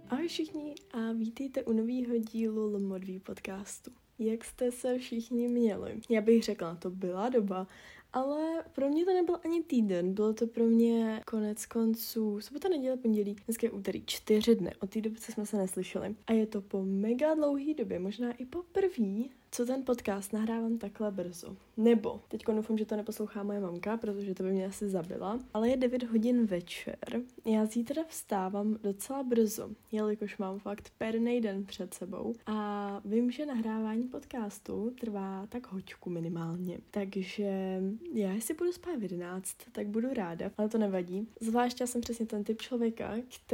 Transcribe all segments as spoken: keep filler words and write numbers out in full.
Ahoj všichni a vítejte u nového dílu Lomodví podcastu. Jak jste se všichni měli? Já bych řekla, to byla doba, ale pro mě to nebyl ani týden, bylo to pro mě konec konců sobota, neděle, pondělí, dneska je úterý, čtyři dny, od té doby, co jsme se neslyšeli. A je to po mega dlouhý době, možná i po první, co ten podcast nahrávám takhle brzo. Nebo, teďko doufám, že to neposlouchá moje mamka, protože to by mě asi zabila, ale je devět hodin večer. Já zítra vstávám docela brzo, jelikož mám fakt pernej den před sebou a vím, že nahrávání podcastu trvá tak hoďku minimálně. Takže já jestli budu spát v jedenáct, tak budu ráda, ale to nevadí. Zvlášť já jsem přesně ten typ člověka,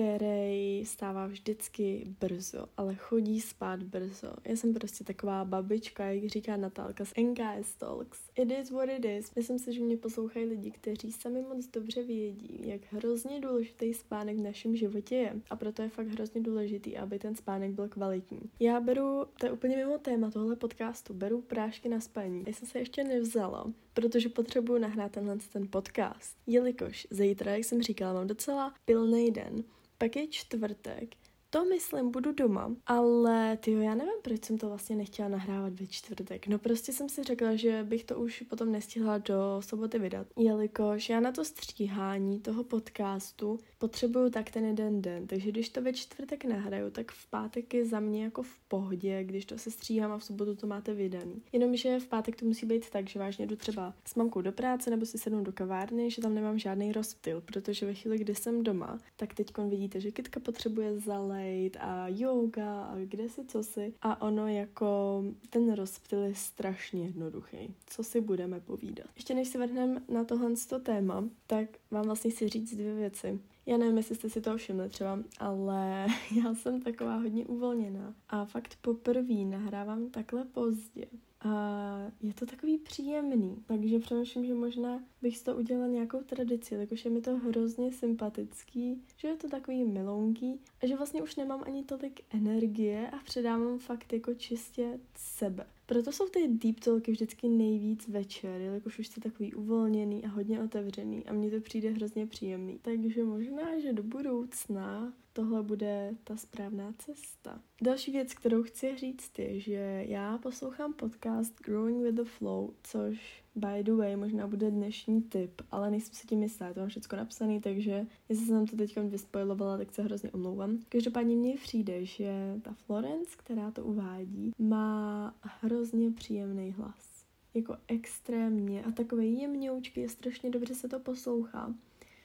který vstává vždycky brzo, ale chodí spát brzo. Já jsem prostě taková babička, jak říká Natálka z N K S Talks. It is what it is. Myslím si, že mě poslouchají lidi, kteří sami moc dobře vědí, jak hrozně důležitý spánek v našem životě je. A proto je fakt hrozně důležitý, aby ten spánek byl kvalitní. Já beru, to je úplně mimo téma tohle podcastu, beru prášky na spaní. Já jsem se ještě nevzala, protože potřebuji nahrát tenhle ten podcast. Jelikož zítra, jak jsem říkala, mám docela pilnej den. Pak je čtvrtek. To myslím, budu doma, ale tyjo, já nevím, proč jsem to vlastně nechtěla nahrávat ve čtvrtek. No prostě jsem si řekla, že bych to už potom nestihla do soboty vydat, jelikož já na to stříhání toho podcastu potřebuju tak ten jeden den, takže když to ve čtvrtek nahraju, tak v pátek je za mě jako v pohodě, když to se stříhám a v sobotu to máte vydaný. Jenomže v pátek to musí být tak, že vážně jdu třeba s mamkou do práce nebo si sednu do kavárny, že tam nemám žádný rozptyl, protože ve chvíli, kdy jsem doma, tak teďkon vidíte, že kytka potřebuje zalej a yoga a kde si co si a ono jako ten rozptyl je strašně jednoduchý. Co si budeme povídat. Ještě než se vrhneme na tohle téma, tak vám vlastně chci říct dvě věci. Já nevím, jestli jste si toho všimli třeba, ale já jsem taková hodně uvolněná a fakt poprvé nahrávám takhle pozdě. A je to takový příjemný, takže přemýšlím, že možná bych si to udělala nějakou tradici, jakož je mi to hrozně sympatický, že je to takový milounký a že vlastně už nemám ani tolik energie a předávám fakt jako čistě sebe. Proto jsou ty deep talky vždycky nejvíc večer, jelikož už jste takový uvolněný a hodně otevřený a mně to přijde hrozně příjemný. Takže možná, že do budoucna tohle bude ta správná cesta. Další věc, kterou chci říct, je, že já poslouchám podcast Growing with the Flow, což by the way možná bude dnešní tip, ale nejsem si tím jistá, to mám všechno napsaný, takže jestli jsem to teď vyspoilovala, tak se hrozně omlouvám. Každopádně mně přijde, že ta Florence, která to uvádí, má hrozně příjemný hlas. Jako extrémně a takovej jemňoučky, je strašně dobře se to poslouchá.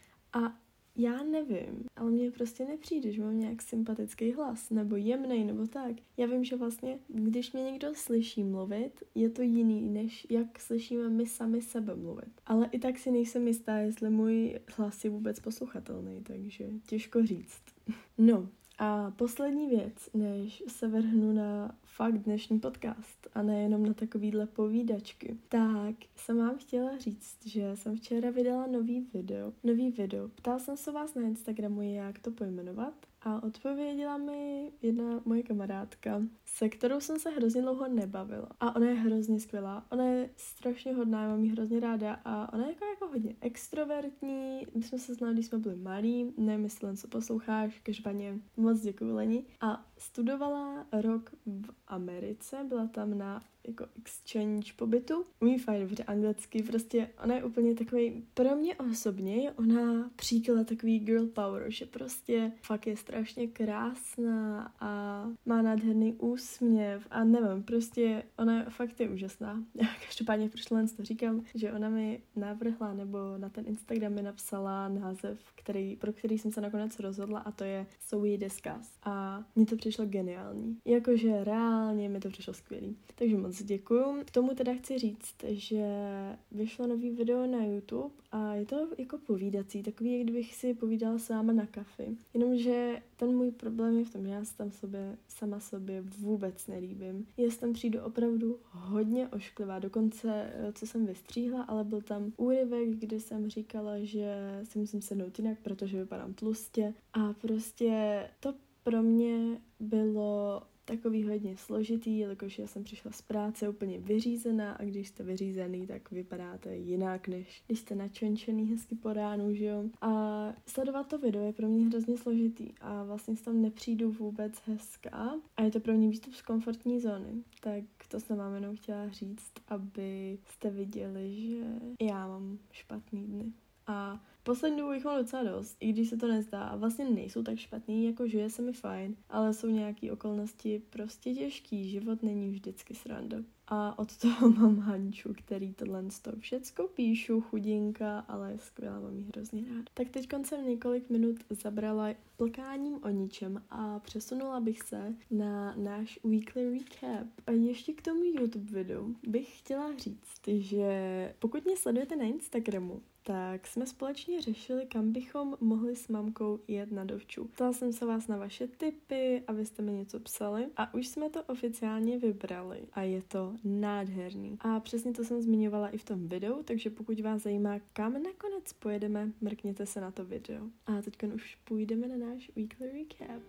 A já nevím, ale mně prostě nepřijde, že mám nějak sympatický hlas, nebo jemnej, nebo tak. Já vím, že vlastně, když mě někdo slyší mluvit, je to jiný, než jak slyšíme my sami sebe mluvit. Ale i tak si nejsem jistá, jestli můj hlas je vůbec posluchatelný, takže těžko říct. No, a poslední věc, než se vrhnu na fakt dnešní podcast a nejenom na takovýhle povídačky, tak jsem vám chtěla říct, že jsem včera vydala nový video. Nový video. Ptala jsem se vás na Instagramu, jak to pojmenovat a odpověděla mi jedna moje kamarádka, se kterou jsem se hrozně dlouho nebavila. A ona je hrozně skvělá, ona je strašně hodná, mám ji hrozně ráda a ona je jako, jako hodně extrovertní. My jsme se znali, když jsme byli malí, nemyslím, co posloucháš, každopádně moc děkuju, Leni. A studovala rok v Americe, byla tam na jako exchange pobytu. Umí fajn dobře anglicky, prostě ona je úplně takový, pro mě osobně je ona příklad takový girl power, že prostě fakt je strašně krásná a má nádherný úsměv a nevím, prostě ona fakt je úžasná. Každopádně proč len to říkám, že ona mi navrhla nebo na ten Instagram mi napsala název, který, pro který jsem se nakonec rozhodla a to je So We Discuss. A mně to přišlo geniální. Jakože reálně mi to přišlo skvělý. Takže moc děkuju. K tomu teda chci říct, že vyšlo nový video na YouTube a je to jako povídací, takový, jak kdybych si povídala s váma na kafi. Jenomže ten můj problém je v tom, že já se tam sobě, sama sobě vůbec nelíbím. Já tam přijdu opravdu hodně ošklivá, dokonce co jsem vystříhla, ale byl tam úryvek, kdy jsem říkala, že si musím sednout jinak, protože vypadám tlustě a prostě to pro mě bylo takový hodně složitý, jelikož já jsem přišla z práce úplně vyřízená a když jste vyřízený, tak vypadáte jinak, než když jste načončený hezky po ránu, že jo. A sledovat to video je pro mě hrozně složitý a vlastně s tam nepřijdu vůbec hezká a je to pro mě výstup z komfortní zóny, tak to jsem vám jenom chtěla říct, aby jste viděli, že já mám špatný dny. A poslední dobu jich mám docela dost, i když se to nezdá. A vlastně nejsou tak špatný, jako žije se mi fajn, ale jsou nějaký okolnosti prostě těžký. Život není vždycky sranda. A od toho mám Hanču, který tohle z toho všecko píšu, chudinka, ale je skvělá, mám jí hrozně rád. Tak teď jsem několik minut zabrala plkáním o ničem a přesunula bych se na náš weekly recap. A ještě k tomu YouTube videu bych chtěla říct, že pokud mě sledujete na Instagramu, tak jsme společně řešili, kam bychom mohli s mamkou jet na dovču. Ptala jsem se vás na vaše tipy, abyste mi něco psali a už jsme to oficiálně vybrali a je to nádherný. A přesně to jsem zmiňovala i v tom videu, takže pokud vás zajímá, kam nakonec pojedeme, mrkněte se na to video. A teď už půjdeme na náš weekly recap.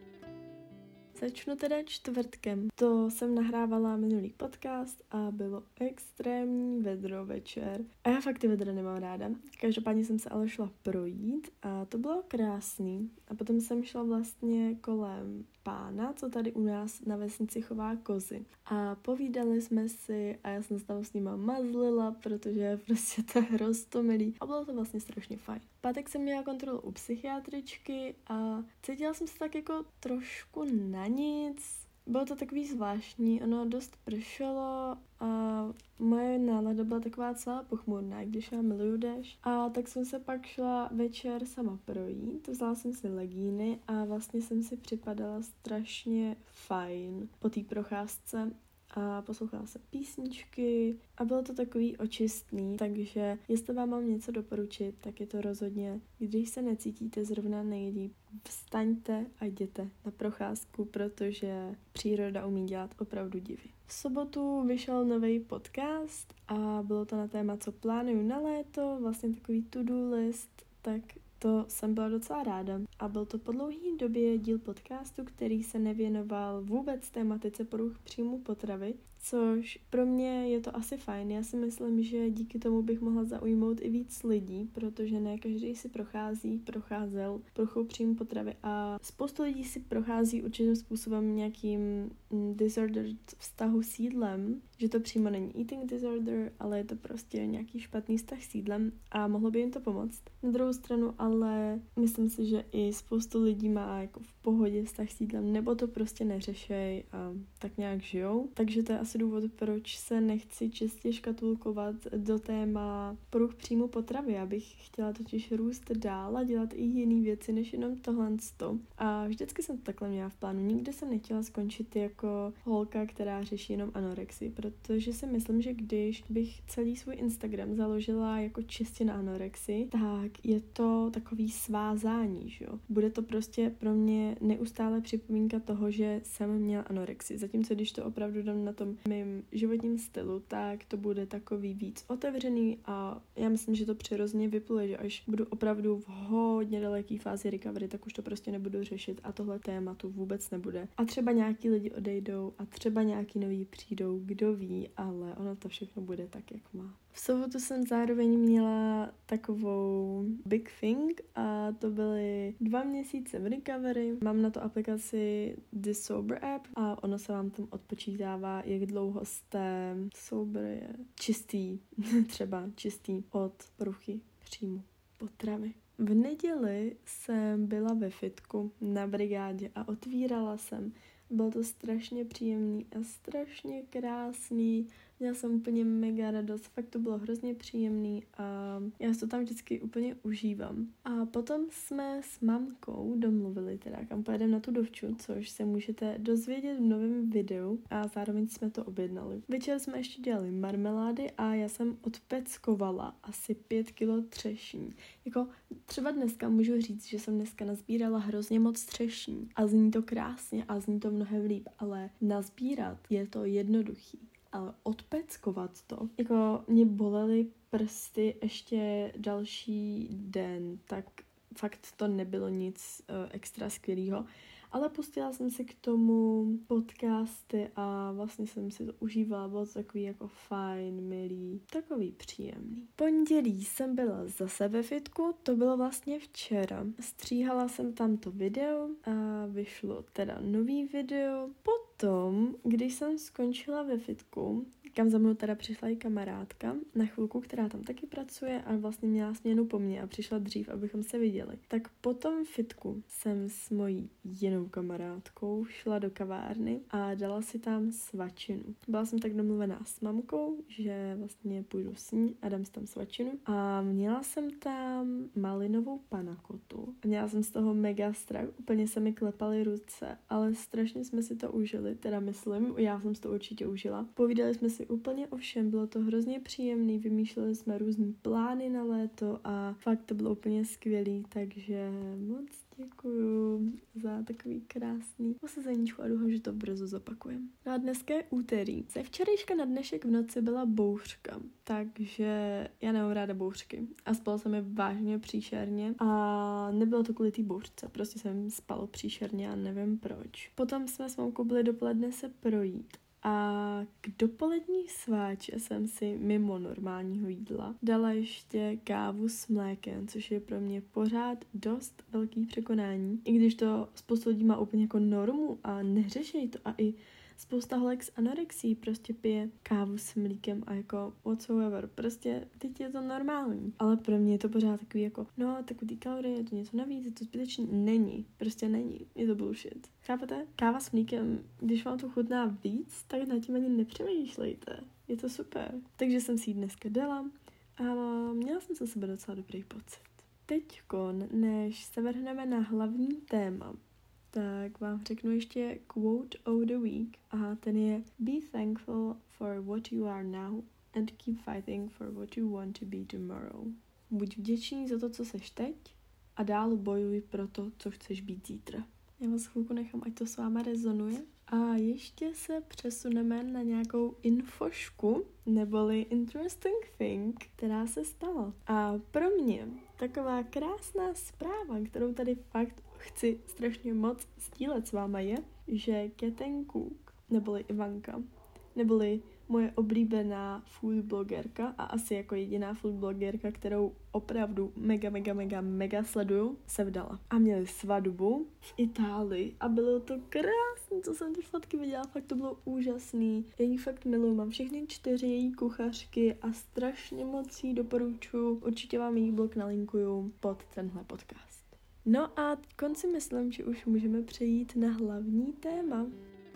Začnu teda čtvrtkem. To jsem nahrávala minulý podcast a bylo extrémní vedro večer. A já fakt ty vedra nemám ráda. Každopádně jsem se ale šla projít a to bylo krásný. A potom jsem šla vlastně kolem pána, co tady u nás na vesnici chová kozy. A povídali jsme si a já jsem se tam s nima mazlila, protože prostě to je hroztomilý. A bylo to vlastně strašně fajn. Pátek jsem měla kontrolu u psychiatričky a cítila jsem se tak jako trošku na nic. Bylo to takový zvláštní, ono dost pršelo a moje nálada byla taková celá pochmurná, když já miluju déšť. A tak jsem se pak šla večer sama projít, vzala jsem si legíny a vlastně jsem si připadala strašně fajn po té procházce. A poslouchala jsem písničky a bylo to takový očistný, takže jestli vám mám něco doporučit, tak je to rozhodně, když se necítíte zrovna nejlíp, vstaňte a jděte na procházku, protože příroda umí dělat opravdu divy. V sobotu vyšel nový podcast a bylo to na téma, co plánuju na léto, vlastně takový to-do list, tak to jsem byla docela ráda. A byl to po dlouhé době díl podcastu, který se nevěnoval vůbec tématice poruch příjmu potravy, což pro mě je to asi fajn. Já si myslím, že díky tomu bych mohla zaujmout i víc lidí, protože ne každý si prochází, procházel poruchou příjmu potravy a spoustu lidí si prochází určitým způsobem nějakým disordered vztahu s jídlem, že to přímo není eating disorder, ale je to prostě nějaký špatný vztah s jídlem a mohlo by jim to pomoct. Na druhou stranu ale myslím si, že i spoustu lidí má jako v pohodě vztah s jídlem, nebo to prostě neřešej a tak nějak žijou. Takže to je asi důvod, proč se nechci čistě škatulkovat do téma poruch příjmu potravy. Já bych chtěla totiž růst dál a dělat i jiné věci, než jenom tohle. A vždycky jsem to takhle měla v plánu. Nikdy jsem nechtěla skončit jako holka, která řeší jenom anorexii, protože si myslím, že když bych celý svůj Instagram založila jako čistě na anorexii, tak je to takový svázání, že jo. Bude to prostě pro mě neustále připomínka toho, že jsem měla anorexii. Zatímco když to opravdu dám na tom mým životním stylu, tak to bude takový víc otevřený a já myslím, že to přirozeně vypluje, že až budu opravdu v hodně daleký fázi recovery, tak už to prostě nebudu řešit a tohle téma tu vůbec nebude. A třeba nějaký lidi odejdou a třeba nějaký noví přijdou, kdo ví, ale ono to všechno bude tak, jak má. V sobotu jsem zároveň měla takovou big thing a to byly dva měsíce v recovery. Mám na to aplikaci The Sober app a ono se vám tam odpočítává, jak dlouho jste sober je čistý, třeba čistý od poruchy příjmu potravy. V neděli jsem byla ve fitku na brigádě a otvírala jsem. Bylo to strašně příjemný a strašně krásný. Měla jsem úplně mega radost, fakt to bylo hrozně příjemný a já si to tam vždycky úplně užívám. A potom jsme s mamkou domluvili teda, kam pojedeme na tu dovču, což se můžete dozvědět v novém videu a zároveň jsme to objednali. Večer jsme ještě dělali marmelády a já jsem odpeckovala asi pět kilo třešní. Jako třeba dneska můžu říct, že jsem dneska nazbírala hrozně moc třešní a zní to krásně a zní to mnohem líp, ale nazbírat je to jednoduchý. Ale odpeckovat to, jako mě bolely prsty ještě další den, tak fakt to nebylo nic uh, extra skvělého. ale pustila jsem si k tomu podcasty a vlastně jsem si to užívala, bylo to takový jako fajn, milý, takový příjemný. Pondělí jsem byla zase ve fitku, to bylo vlastně včera. Stříhala jsem tam to video a vyšlo teda nový video. Potom, když jsem skončila ve fitku, kam za mnou teda přišla i kamarádka na chvilku, která tam taky pracuje a vlastně měla směnu po mně a přišla dřív, abychom se viděli. Tak potom fitku jsem s mojí jinou kamarádkou šla do kavárny a dala si tam svačinu. Byla jsem tak domluvená s mamkou, že vlastně půjdu s ní a dám si tam svačinu a měla jsem tam malinovou panakotu. Měla jsem z toho mega strach, úplně se mi klepaly ruce, ale strašně jsme si to užili, teda myslím, já jsem si to určitě užila. Povídali jsme si úplně o všem, bylo to hrozně příjemný, vymýšleli jsme různý plány na léto a fakt to bylo úplně skvělý, takže moc děkuju za takový krásný posazeníčku a doufám, že to brzo zopakujem. No a dneska je úterý. Ze včerejška na dnešek v noci byla bouřka, takže já nemám ráda bouřky a spala jsem je vážně příšerně a nebylo to kvůli té bouřce, prostě jsem spala příšerně a nevím proč. Potom jsme s mamkou byli dopoledne se projít. A k dopolední sváče jsem si mimo normálního jídla dala ještě kávu s mlékem, což je pro mě pořád dost velký překonání. I když to spoustu lidí má úplně jako normu a neřešej to a i spousta holek s anorexí prostě pije kávu s mlíkem a jako whatsoever. Prostě teď je to normální. Ale pro mě je to pořád takový jako, no, takový kalorie, je to něco navíc, je to zbytečný. Není. Prostě není. Je to bullshit. Chápete? Káva s mlíkem, když vám to chutná víc, tak nad tím ani nepřemýšlejte. Je to super. Takže jsem si ji dneska dala a měla jsem za sebe docela dobrý pocit. Teďkon, než se vrhneme na hlavní téma, tak vám řeknu ještě quote of the week a ten je Be thankful for what you are now and keep fighting for what you want to be tomorrow. Buď vděčný za to, co seš teď a dál bojuj pro to, co chceš být zítra. Já vás chvilku nechám, ať to s váma rezonuje. A ještě se přesuneme na nějakou infošku, neboli interesting thing, která se stala. A pro mě taková krásná zpráva, kterou tady fakt chci strašně moc sdílet s váma je, že Keten Cook, neboli Ivanka, neboli moje oblíbená food blogerka a asi jako jediná food blogerka, kterou opravdu mega, mega, mega, mega sleduju, se vdala. A měli svatbu v Itálii a bylo to krásné, co jsem ty fotky viděla, fakt to bylo úžasný. Já ji fakt miluji, mám všechny čtyři její kuchařky a strašně moc jí doporučuji. Určitě vám její blog nalinkuju pod tenhle podcast. No a konci myslím, že už můžeme přejít na hlavní téma.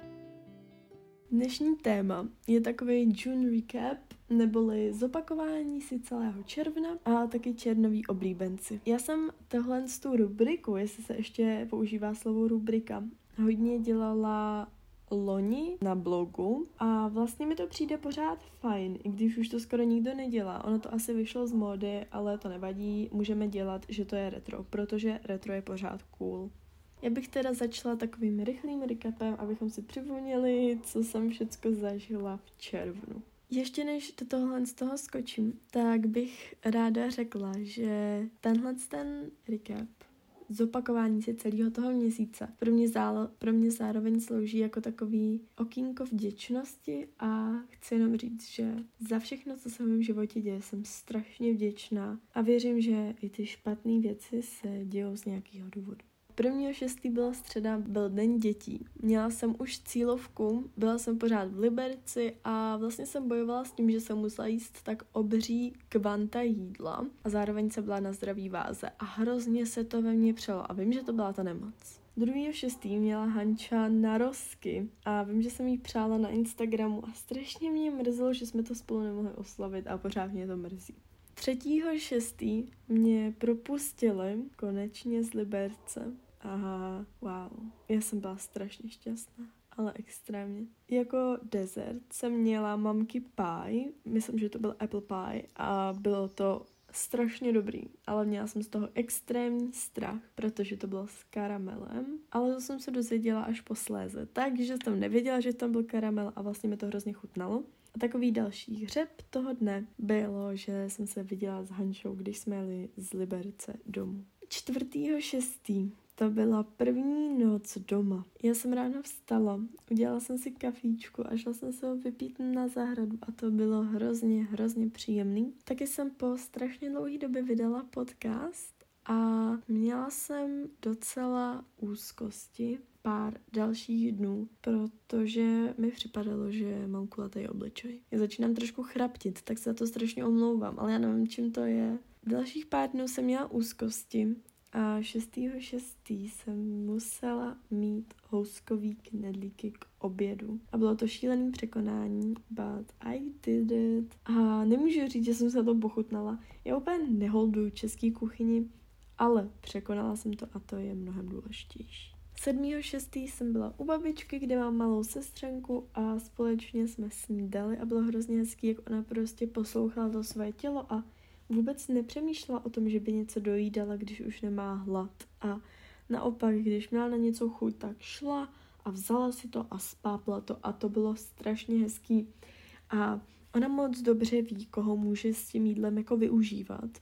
Dnešní téma je takový June recap, neboli zopakování si celého června a taky červnový oblíbenci. Já jsem tohle z tu rubriku, jestli se ještě používá slovo rubrika, hodně dělala loni na blogu a vlastně mi to přijde pořád fajn, i když už to skoro nikdo nedělá. Ono to asi vyšlo z módy, ale to nevadí, můžeme dělat, že to je retro, protože retro je pořád cool. Já bych teda začala takovým rychlým recapem, abychom si připomněli, co jsem všecko zažila v červnu. Ještě než do tohle z toho skočím, tak bych ráda řekla, že tenhle ten recap, zopakování si celého toho měsíce, pro mě, zálo, pro mě zároveň slouží jako takový okýnko vděčnosti a chci jenom říct, že za všechno, co se v mém životě děje, jsem strašně vděčná a věřím, že i ty špatné věci se dějou z nějakého důvodu. prvního šestého byla středa, byl den dětí. Měla jsem už cílovku, byla jsem pořád v Liberci a vlastně jsem bojovala s tím, že jsem musela jíst tak obří kvanta jídla a zároveň jsem byla na zdravý váze a hrozně se to ve mně přelo a vím, že to byla ta nemoc. druhého šestého měla Hanča narozky a vím, že jsem jí přála na Instagramu a strašně mě mrzelo, že jsme to spolu nemohli oslavit a pořád mě to mrzí. třetího šestého mě propustili konečně z Liberce. Aha, wow. Já jsem byla strašně šťastná, ale extrémně. Jako dezert jsem měla mamky pie, myslím, že to byl apple pie a bylo to strašně dobrý, ale měla jsem z toho extrémní strach, protože to bylo s karamelem, ale to jsem se dozvěděla až posléze, takže jsem nevěděla, že tam byl karamel a vlastně mi to hrozně chutnalo. A takový další hřeb toho dne bylo, že jsem se viděla s Hančou, když jsme jeli z Liberce domů. čtvrtého šestého To byla první noc doma. Já jsem ráno vstala, udělala jsem si kafíčku a šla jsem se ho vypít na zahradu a to bylo hrozně, hrozně příjemný. Taky jsem po strašně dlouhé době vydala podcast a měla jsem docela úzkosti pár dalších dnů, protože mi připadalo, že mám kulatý obličej. Já začínám trošku chraptit, tak se to strašně omlouvám, ale já nevím, čím to je. V dalších pár dnů jsem měla úzkosti a šestého šestého jsem musela mít houskový knedlíky k obědu. A bylo to šílený překonání, but I did it. A nemůžu říct, že jsem se to pochutnala. Já úplně neholduju český kuchyni, ale překonala jsem to a to je mnohem důležitější. sedmého šestého jsem byla u babičky, kde mám malou sestřenku a společně jsme snídali a bylo hrozně hezký, jak ona prostě poslouchala to své tělo a vůbec nepřemýšlela o tom, že by něco dojídala, když už nemá hlad. A naopak, když měla na něco chuť, tak šla a vzala si to a spápla to a to bylo strašně hezký. A ona moc dobře ví, koho může s tím jídlem jako využívat.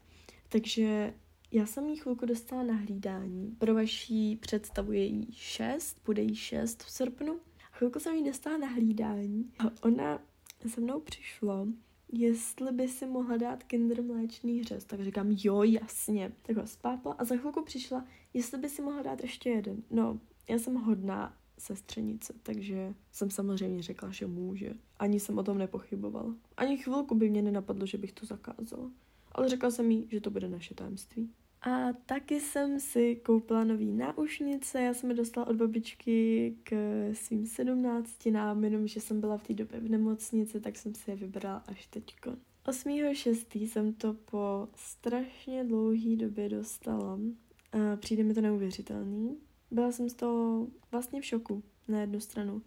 Takže já jsem jí chvilku dostala na hlídání. Pro vaší představu je jí šest, bude jí šest v srpnu. Chvilku jsem jí dostala na hlídání a ona se mnou přišla, jestli by si mohla dát kinder mléčný řez. Tak říkám, jo, jasně. Tak ho spápla a za chvilku přišla, jestli by si mohla dát ještě jeden. No, já jsem hodná sestřenice, takže jsem samozřejmě řekla, že může. Ani jsem o tom nepochybovala. Ani chvilku by mě nenapadlo, že bych to zakázala. Ale řekla jsem jí, že to bude naše tajemství. A taky jsem si koupila nový náušnice, já jsem je dostala od babičky k svým sedmnáctinám, jenom že jsem byla v té době v nemocnici, tak jsem si je vybrala až teďko. osmého šestého jsem to po strašně dlouhé době dostala. A přijde mi to neuvěřitelný. Byla jsem z toho vlastně v šoku na jednu stranu,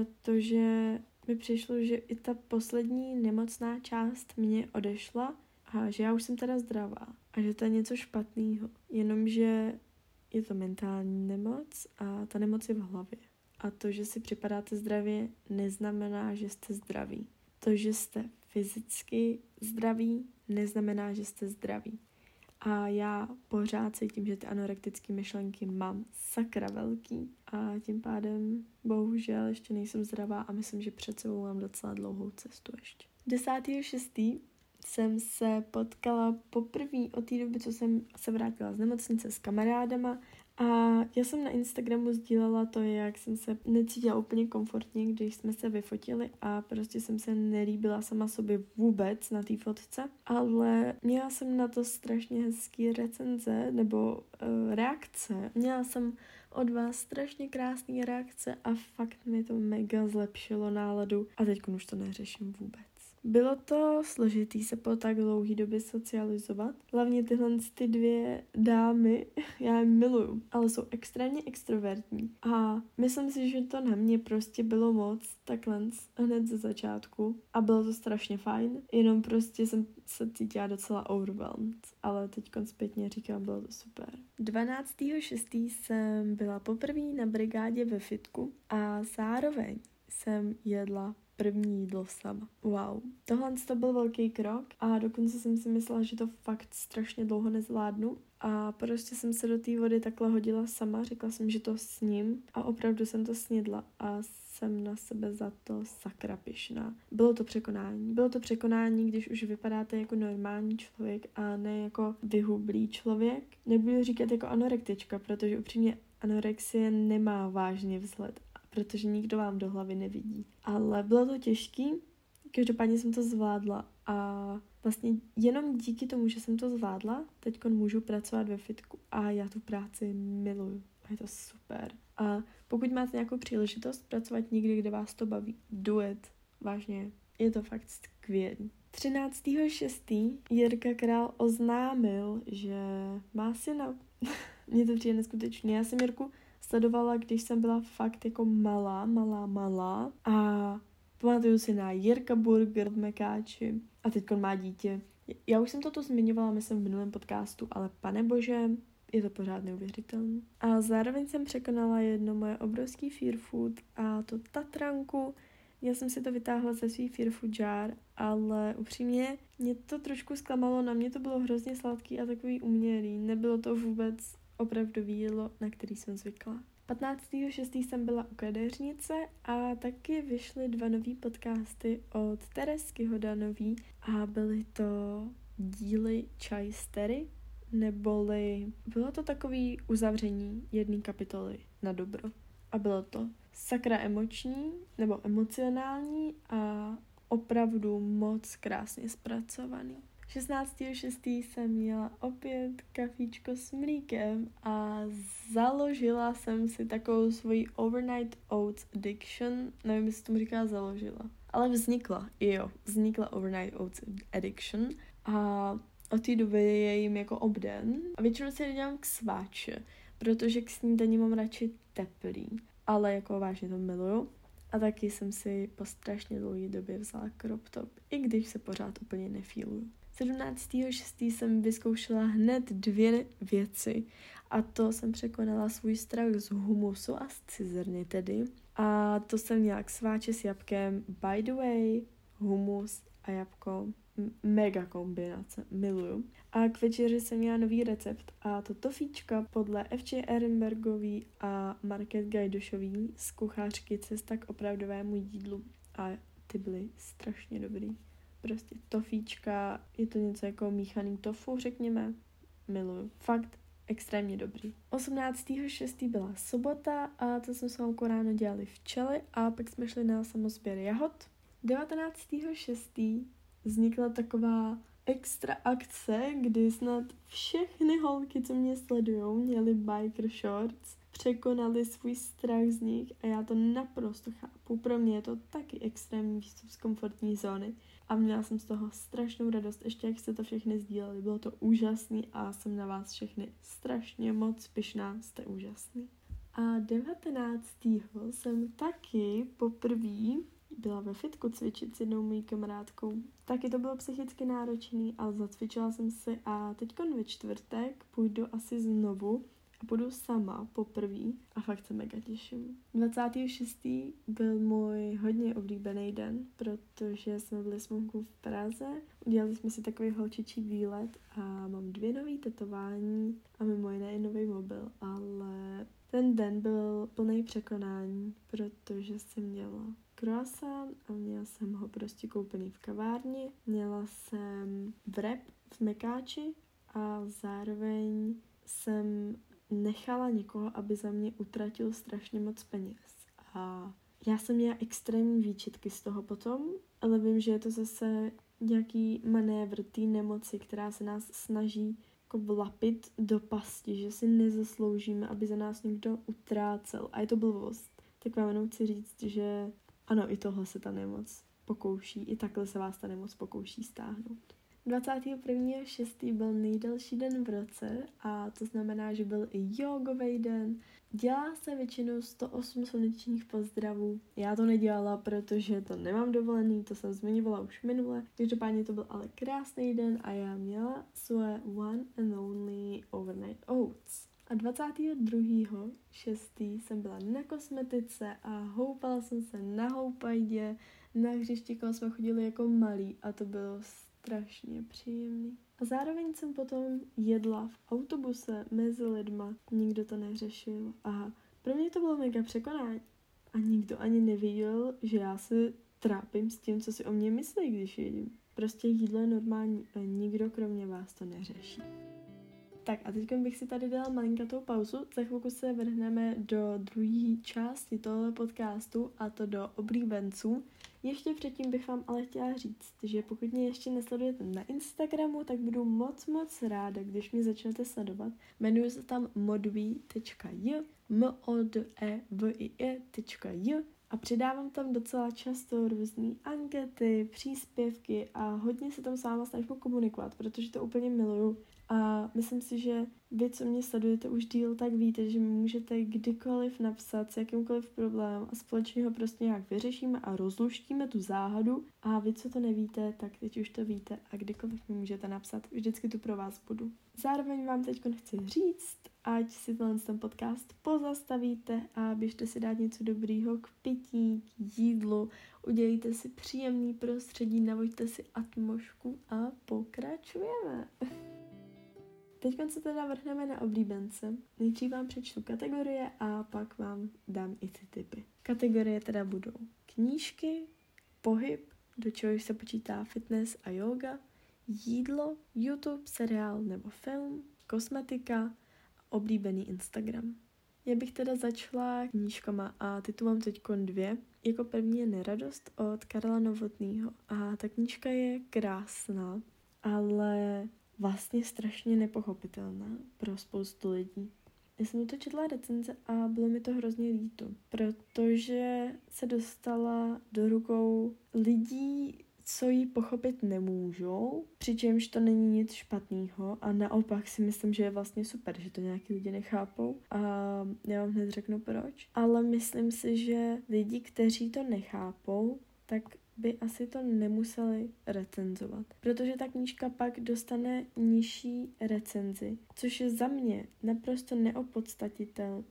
protože mi přišlo, že i ta poslední nemocná část mě odešla a že já už jsem teda zdravá a že to je něco špatného, jenomže je to mentální nemoc a ta nemoc je v hlavě. A to, že si připadáte zdravě, neznamená, že jste zdraví. To, že jste fyzicky zdraví, neznamená, že jste zdraví. A já pořád cítím, že ty anorektické myšlenky mám sakra velký a tím pádem bohužel ještě nejsem zdravá a myslím, že před sebou mám docela dlouhou cestu ještě. desátého šestého jsem se potkala poprvé od té doby, co jsem se vrátila z nemocnice s kamarádama a já jsem na Instagramu sdílela to, jak jsem se necítila úplně komfortně, když jsme se vyfotili a prostě jsem se nelíbila sama sobě vůbec na té fotce, ale měla jsem na to strašně hezký recenze nebo uh, reakce. Měla jsem od vás strašně krásné reakce a fakt mi to mega zlepšilo náladu a teď už to neřeším vůbec. Bylo to složitý se po tak dlouhý době socializovat. Hlavně tyhle ty dvě dámy, já je miluju, ale jsou extrémně extrovertní. A myslím si, že to na mě prostě bylo moc takhle hned ze začátku. A bylo to strašně fajn, jenom prostě jsem se cítila docela overwhelmed. Ale teď zpětně říkám, bylo to super. dvanáctého šestého jsem byla poprvé na brigádě ve fitku a zároveň jsem jedla první jídlo sama. Wow. Tohle to byl velký krok a dokonce jsem si myslela, že to fakt strašně dlouho nezvládnu a prostě jsem se do té vody takhle hodila sama, řekla jsem, že to sním a opravdu jsem to snědla a jsem na sebe za to sakra pyšná. Bylo to překonání. Bylo to překonání, když už vypadáte jako normální člověk a ne jako vyhublý člověk. Nebudu říkat jako anorektička, protože upřímně anorexie nemá vážně vzhled, protože nikdo vám do hlavy nevidí. Ale bylo to těžký, každopádně jsem to zvládla a vlastně jenom díky tomu, že jsem to zvládla, teď můžu pracovat ve fitku a já tu práci miluju. A je to super. A pokud máte nějakou příležitost pracovat někde, kde vás to baví, do it. Vážně, je to fakt skvělý. třináctého šestého Jirka Král oznámil, že má syna. Mně to přijde neskutečně. Já jsem Jirku sledovala, když jsem byla fakt jako malá, malá, malá a pamatuju si na Jirka Burger v Mekáči a teď má dítě. Já už jsem toto zmiňovala, myslím, v minulém podcastu, ale panebože, je to pořád neuvěřitelné. A zároveň jsem překonala jedno moje obrovský fear food a to Tatranku. Já jsem si to vytáhla ze svý fear food jar, ale upřímně mě to trošku zklamalo, na mě to bylo hrozně sladký a takový umělý. Nebylo to vůbec opravdové jídlo, na který jsem zvykla. patnáctého šestého jsem byla u kadeřnice a taky vyšly dva nový podcasty od Teresky Hodanový a byly to díly Čaj z Tery, neboli bylo to takový uzavření jedné kapitoly na dobro. A bylo to sakra emoční nebo emocionální a opravdu moc krásně zpracovaný. šestnáctého šestého jsem měla opět kafíčko s mlíkem a založila jsem si takovou svoji overnight oats addiction. Nevím, jestli tomu říká založila. Ale vznikla, jo, vznikla overnight oats addiction a od té doby je jim jako obden. A většinou si je dělám k sváče, protože k snídani mám radši teplý. Ale jako vážně to miluju. A taky jsem si po strašně dlouhé době vzala crop top, i když se pořád úplně nefíluju. sedmnáctého šestého jsem vyzkoušela hned dvě věci a to jsem překonala svůj strach z humusu a z cizrny tedy. A to jsem měla k sváče s jabkem. By the way, humus a jabko, m- mega kombinace, miluju. A k večeři jsem měla nový recept a to tofíčka podle F J Ehrenbergový a Market Gajdošový z kuchařky Cesta k opravdovému jídlu a ty byly strašně dobrý. Prostě tofíčka, je to něco jako míchaný tofu, řekněme, miluju. Fakt extrémně dobrý. osmnáctého šestého byla sobota a to jsme s mamkou ráno dělali včely a pak jsme šli na samosběr jahod. devatenáctého šestého vznikla taková extra akce, kdy snad všechny holky, co mě sledujou, měly biker shorts, překonali svůj strach z nich a já to naprosto chápu. Pro mě je to taky extrémní výstup z komfortní zóny a měla jsem z toho strašnou radost, ještě jak jste to všechny sdíleli. Bylo to úžasný a jsem na vás všechny strašně moc pyšná, jste úžasný. A devatenáctého jsem taky poprvé byla ve fitku cvičit s jednou mojí kamarádkou. Taky to bylo psychicky náročný, ale zacvičila jsem si a teďkon ve čtvrtek půjdu asi znovu a půjdu sama poprvé a fakt se mega těším. dvacátého šestého byl můj hodně oblíbený den, protože jsme byli s mamkou v Praze, udělali jsme si takový holčičí výlet a mám dvě nový tetování a mimo jiné i nový mobil, ale ten den byl plný překonání, protože jsem měla croissant a měla jsem ho prostě koupený v kavárně, měla jsem wrap v mekáči a zároveň jsem nechala někoho, aby za mě utratil strašně moc peněz. A já jsem měla extrémní výčitky z toho potom, ale vím, že je to zase nějaký manévr té nemoci, která se nás snaží jako vlapit do pasti, že si nezasloužíme, aby za nás někdo utrácel. A je to blbost. Tak vám jenom chci říct, že ano, i tohle se ta nemoc pokouší, i takhle se vás ta nemoc pokouší stáhnout. dvacátého prvního šestého byl nejdelší den v roce a to znamená, že byl i jogový den. Dělá se většinou sto osm slunečních pozdravů. Já to nedělala, protože to nemám dovolený, to jsem zmiňovala už minule. Každopádně to byl ale krásný den a já měla svoje one and only overnight oats. A dvacátého druhého šestého jsem byla na kosmetice a houpala jsem se na houpajdě. Na hřišti, kam jsme chodili jako malí a to bylo strašně příjemný. A zároveň jsem potom jedla v autobuse mezi lidma. Nikdo to neřešil. A pro mě to bylo mega překonání. A nikdo ani neviděl, že já se trápím s tím, co si o mě myslí, když jedím. Prostě jídlo je normální a nikdo kromě vás to neřeší. Tak a teď bych si tady dala malinkatou pauzu. Za chvilku se vrhneme do druhé části tohle podcastu a to do oblíbenců. Ještě předtím bych vám ale chtěla říct, že pokud mě ještě nesledujete na Instagramu, tak budu moc moc ráda, když mě začnete sledovat. Jmenuji se tam modví tečka j, m o d e v i e tečka j a přidávám tam docela často různé ankety, příspěvky a hodně se tam s váma snažím komunikovat, protože to úplně miluju. A myslím si, že vy, co mě sledujete už díl, tak víte, že mi můžete kdykoliv napsat s jakýmkoliv problémem a společně ho prostě nějak vyřešíme a rozluštíme tu záhadu. A vy, co to nevíte, tak teď už to víte a kdykoliv mi můžete napsat. Vždycky tu pro vás budu. Zároveň vám teď chci říct, ať si ten podcast pozastavíte a běžte si dát něco dobrýho k pití, k jídlu, udělejte si příjemný prostředí, navoďte si atmosféru a pokračujeme. Teď se teda vrhneme na oblíbence. Nejdřív vám přečtu kategorie a pak vám dám i ty tipy. Kategorie teda budou knížky, pohyb, do čehož se počítá fitness a yoga, jídlo, YouTube, seriál nebo film, kosmetika, oblíbený Instagram. Já bych teda začala knížkama a ty tu mám teďko dvě. Jako první je Neradost od Karla Novotnýho a ta knížka je krásná, ale vlastně strašně nepochopitelná pro spoustu lidí. Já jsem to četla recenze a bylo mi to hrozně líto, protože se dostala do rukou lidí, co ji pochopit nemůžou, přičemž to není nic špatného a naopak si myslím, že je vlastně super, že to nějaký lidi nechápou a já vám hned řeknu proč. Ale myslím si, že lidi, kteří to nechápou, tak by asi to nemuseli recenzovat, protože ta knížka pak dostane nižší recenzi, což je za mě naprosto neopodstatitel,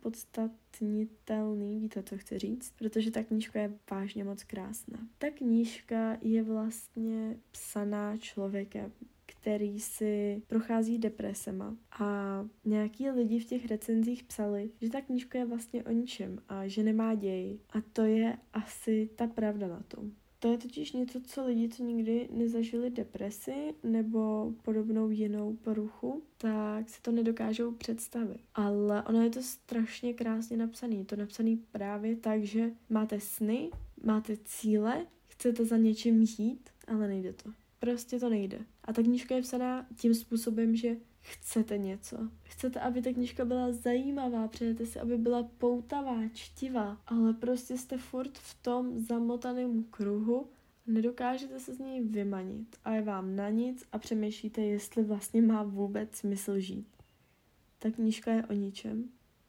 neopodstatnitelný, víte, co chci říct, protože ta knížka je vážně moc krásná. Ta knížka je vlastně psaná člověkem, který si prochází depresema a nějaký lidi v těch recenzích psali, že ta knížka je vlastně o ničem a že nemá děj a to je asi ta pravda na tom. To je totiž něco, co lidi, co nikdy nezažili depresi nebo podobnou jinou poruchu, tak si to nedokážou představit. Ale ono je to strašně krásně napsané. Je to napsané právě tak, že máte sny, máte cíle, chcete za něčím jít, ale nejde to. Prostě to nejde. A ta knížka je psaná tím způsobem, že chcete něco. Chcete, aby ta knížka byla zajímavá, přejete si, aby byla poutavá, čtivá, ale prostě jste furt v tom zamotaném kruhu, nedokážete se z něj vymanit a je vám na nic a přemýšlíte, jestli vlastně má vůbec smysl žít. Ta knížka je o ničem,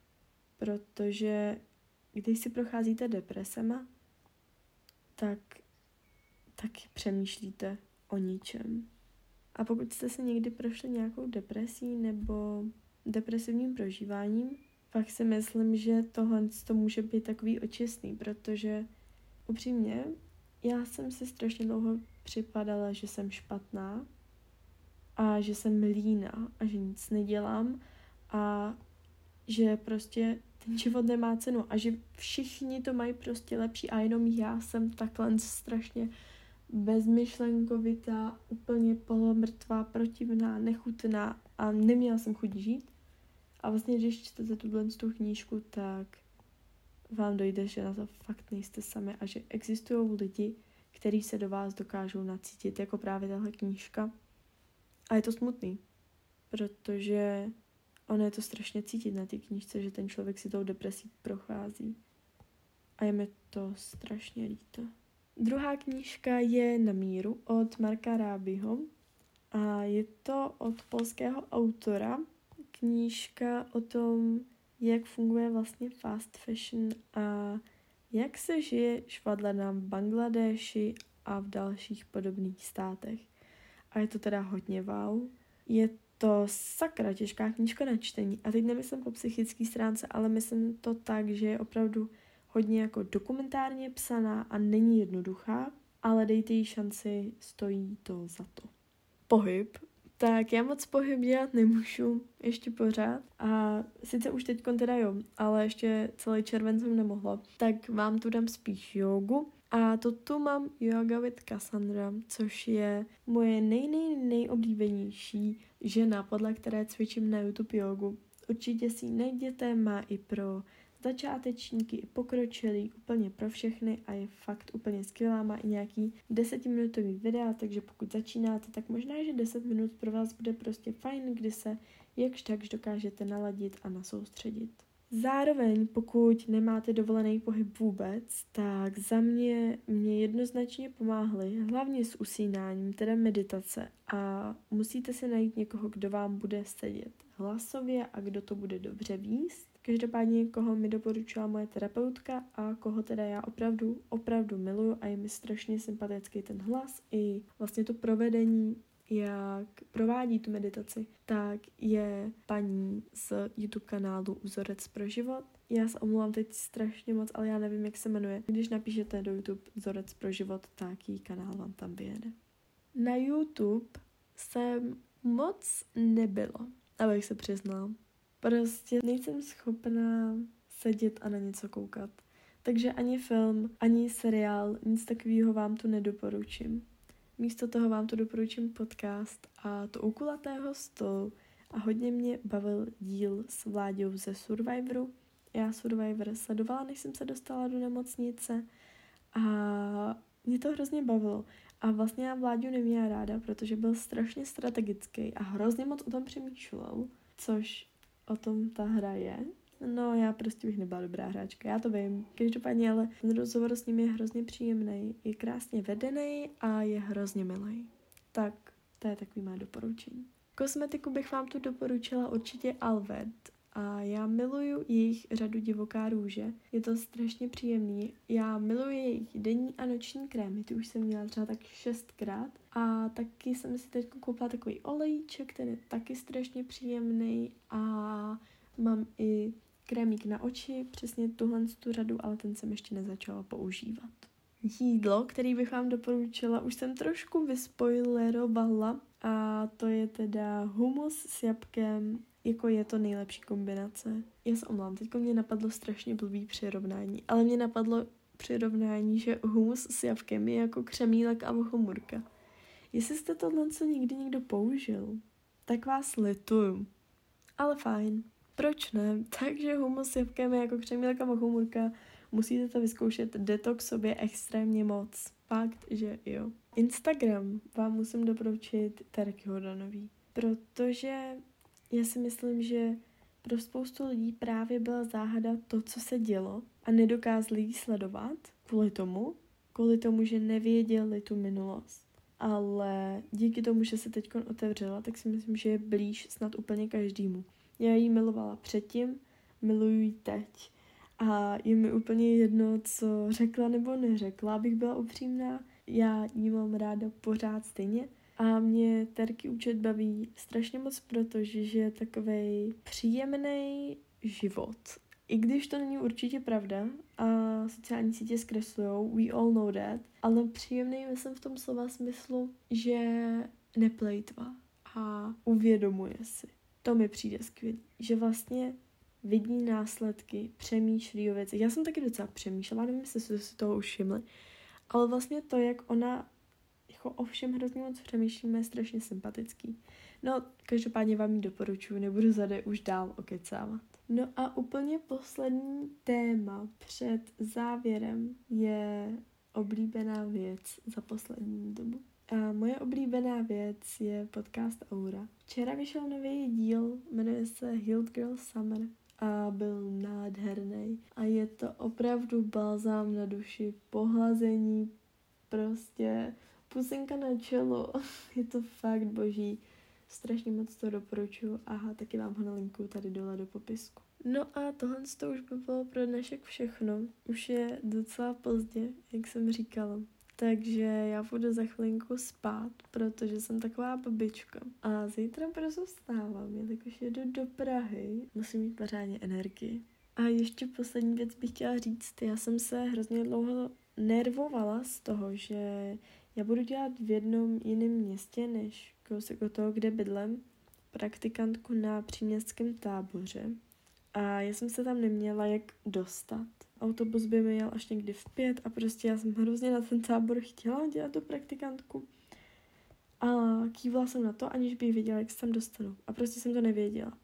protože když si procházíte depresema, tak taky přemýšlíte o ničem. A pokud jste se někdy prošli nějakou depresí nebo depresivním prožíváním, pak si myslím, že tohle to může být takový očistný, protože upřímně, já jsem si strašně dlouho připadala, že jsem špatná a že jsem líná a že nic nedělám a že prostě ten život nemá cenu a že všichni to mají prostě lepší a jenom já jsem takhle strašně bezmyšlenkovitá, úplně polomrtvá, protivná, nechutná a neměla jsem chuť žít. A vlastně, když čtete tuhle tu knížku, tak vám dojde, že na to fakt nejste sami a že existují lidi, kteří se do vás dokážou nacítit, jako právě tahle knížka. A je to smutný, protože ono je to strašně cítit na té knížce, že ten člověk si tou depresí prochází. A je mi to strašně líto. Druhá knížka je Na míru od Marka Rábyho a je to od polského autora. Knížka o tom, jak funguje vlastně fast fashion a jak se žije švadlenám v Bangladéši a v dalších podobných státech. A je to teda hodně wow. Je to sakra těžká knížka na čtení a teď nemyslím po psychické stránce, ale myslím to tak, že je opravdu hodně jako dokumentárně psaná a není jednoduchá, ale dejte jí šanci, stojí to za to. Pohyb. Tak já moc pohyb dělat nemůžu, ještě pořád. A sice už teď teda jo, ale ještě celý červen jsem nemohla. Tak vám tu dám spíš jogu. A to tu mám Yoga with Cassandra, což je moje nej, nej, nejoblíbenější žena, podle které cvičím na YouTube jogu. Určitě si ji najděte, má i pro začátečníky, i pokročilý, úplně pro všechny a je fakt úplně skvělá, má i nějaký desetiminutový videa, takže pokud začínáte, tak možná, že deset minut pro vás bude prostě fajn, kdy se jakž takž dokážete naladit a nasoustředit. Zároveň, pokud nemáte dovolený pohyb vůbec, tak za mě mě jednoznačně pomáhly, hlavně s usínáním, teda meditace a musíte si najít někoho, kdo vám bude sedět hlasově a kdo to bude dobře vést. Každopádně, koho mi doporučila moje terapeutka a koho teda já opravdu, opravdu miluju a je mi strašně sympatický ten hlas i vlastně to provedení, jak provádí tu meditaci, tak je paní z YouTube kanálu Vzorec pro život. Já se omlouvám teď strašně moc, ale já nevím, jak se jmenuje. Když napíšete do YouTube Vzorec pro život, tak její kanál vám tam vyjede. Na YouTube jsem moc nebylo, abych se přiznala. Prostě nejsem schopná sedět a na něco koukat. Takže ani film, ani seriál, nic takového vám tu nedoporučím. Místo toho vám tu doporučím podcast a to u kulatého stolu. A hodně mě bavil díl s Vláďou ze Survivoru. Já Survivor sledovala, než jsem se dostala do nemocnice a mě to hrozně bavilo. A vlastně já Vláďu neměla ráda, protože byl strašně strategický a hrozně moc o tom přemýšlel, což o tom ta hra je. No, já prostě bych nebyla dobrá hráčka, já to vím. Každopádně, ale ten rozhovor s ním je hrozně příjemný, je krásně vedený a je hrozně milý. Tak, to je takový má doporučení. Kosmetiku bych vám tu doporučila určitě Alved. A já miluju jejich řadu Divoká růže. Je to strašně příjemný. Já miluji jejich denní a noční krémy. Ty už jsem měla třeba tak šestkrát. A taky jsem si teď koupila takový olejček, ten je taky strašně příjemný. A mám i krémík na oči, přesně tuhle tu řadu, ale ten jsem ještě nezačala používat. Jídlo, který bych vám doporučila, už jsem trošku vyspoilerovala. A to je teda humus s jabkem. Jako je to nejlepší kombinace. Já se omlám, teďko mě napadlo strašně blbý přirovnání, ale mě napadlo přirovnání, že humus s javkem je jako křemílek a vochomurka. Jestli jste tohle co nikdy někdo použil, tak vás lituju. Ale fajn, proč ne? Takže humus s javkem je jako křemílek a vochomurka. Musíte to vyzkoušet, jde to k sobě extrémně moc. Fakt, že jo. Instagram vám musím doporučit Terky Hodanový, protože já si myslím, že pro spoustu lidí právě byla záhada to, co se dělo a nedokázali ji sledovat kvůli tomu, kvůli tomu, že nevěděli tu minulost. Ale díky tomu, že se teď otevřela, tak si myslím, že je blíž snad úplně každému. Já ji milovala předtím, miluji ji teď. A je mi úplně jedno, co řekla nebo neřekla, abych byla upřímná. Já ji mám ráda pořád stejně. A mě Terky učit baví strašně moc, protože je takovej příjemný život. I když to není určitě pravda a sociální sítě zkreslujou, we all know that, ale příjemný myslím v tom slova smyslu, že neplejtvá a uvědomuje si. To mi přijde skvělý, že vlastně vidí následky, přemýšlí o věcech. Já jsem taky docela přemýšlela, nevím, jestli jste si toho už všimli, ale vlastně to, jak ona jako o všem hrozně moc přemýšlíme, je strašně sympatický. No, každopádně vám ji doporučuji, nebudu zade už dál okecávat. No a úplně poslední téma před závěrem je oblíbená věc za poslední dobu. A moje oblíbená věc je podcast Aura. Včera vyšel nový díl, jmenuje se Healed Girl Summer a byl nádherný. A je to opravdu balzám na duši, pohlazení, prostě pusinka na čelo. Je to fakt boží. Strašně moc to doporučuji. Aha, taky vám ho nalinkuju tady dole do popisku. No a tohle to už by bylo pro dnešek všechno. Už je docela pozdě, jak jsem říkala. Takže já půjdu za chvilinku spát, protože jsem taková babička. A zítra brzo vstávám, jelikož jedu do Prahy. Musím mít pořádně energii. A ještě poslední věc bych chtěla říct. Já jsem se hrozně dlouho nervovala z toho, že já budu dělat v jednom jiném městě, než kousek od toho, kde bydlím, praktikantku na příměstském táboře. A já jsem se tam neměla jak dostat. Autobus by mi jel až někdy v pět a prostě já jsem hrozně na ten tábor chtěla dělat tu praktikantku. A kývla jsem na to, aniž bych věděla, jak se tam dostanu. A prostě jsem to nevěděla.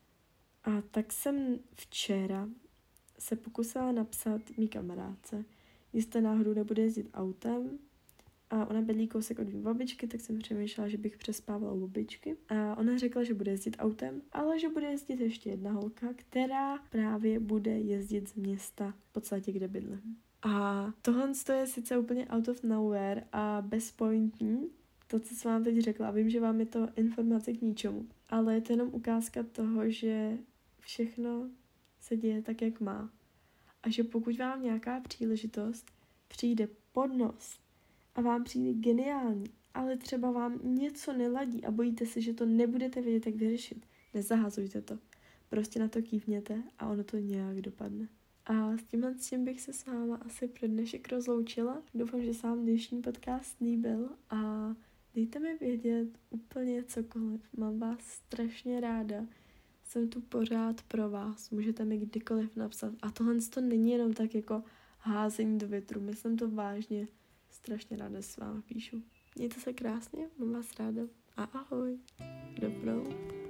A tak jsem včera se pokusila napsat mý kamarádce, jestli náhodou nebude jezdit autem. A ona bydlí kousek od mý babičky, tak jsem přemýšlela, že bych přespávala u babičky. A ona řekla, že bude jezdit autem, ale že bude jezdit ještě jedna holka, která právě bude jezdit z města v podstatě, kde bydlím. A tohle je sice úplně out of nowhere a bezpointní, to, co jsem vám teď řekla. A vím, že vám je to informace k ničemu, ale je to jenom ukázka toho, že všechno se děje tak, jak má. A že pokud vám nějaká příležitost přijde pod nos, a vám přijde geniální, ale třeba vám něco neladí a bojíte se, že to nebudete vědět, jak vyřešit. Nezahazujte to. Prostě na to kývněte a ono to nějak dopadne. A s tímhle s tím bych se s váma asi pro dnešek rozloučila. Doufám, že se vám dnešní podcast líbil a Dejte mi vědět úplně cokoliv. Mám vás strašně ráda. Jsem tu pořád pro vás. Můžete mi kdykoliv napsat. A tohle to není jenom tak jako házení do větru. Myslím to vážně. Strašně ráda s vámi píšu. Mějte se krásně, mám vás ráda. A ahoj. Dobrou.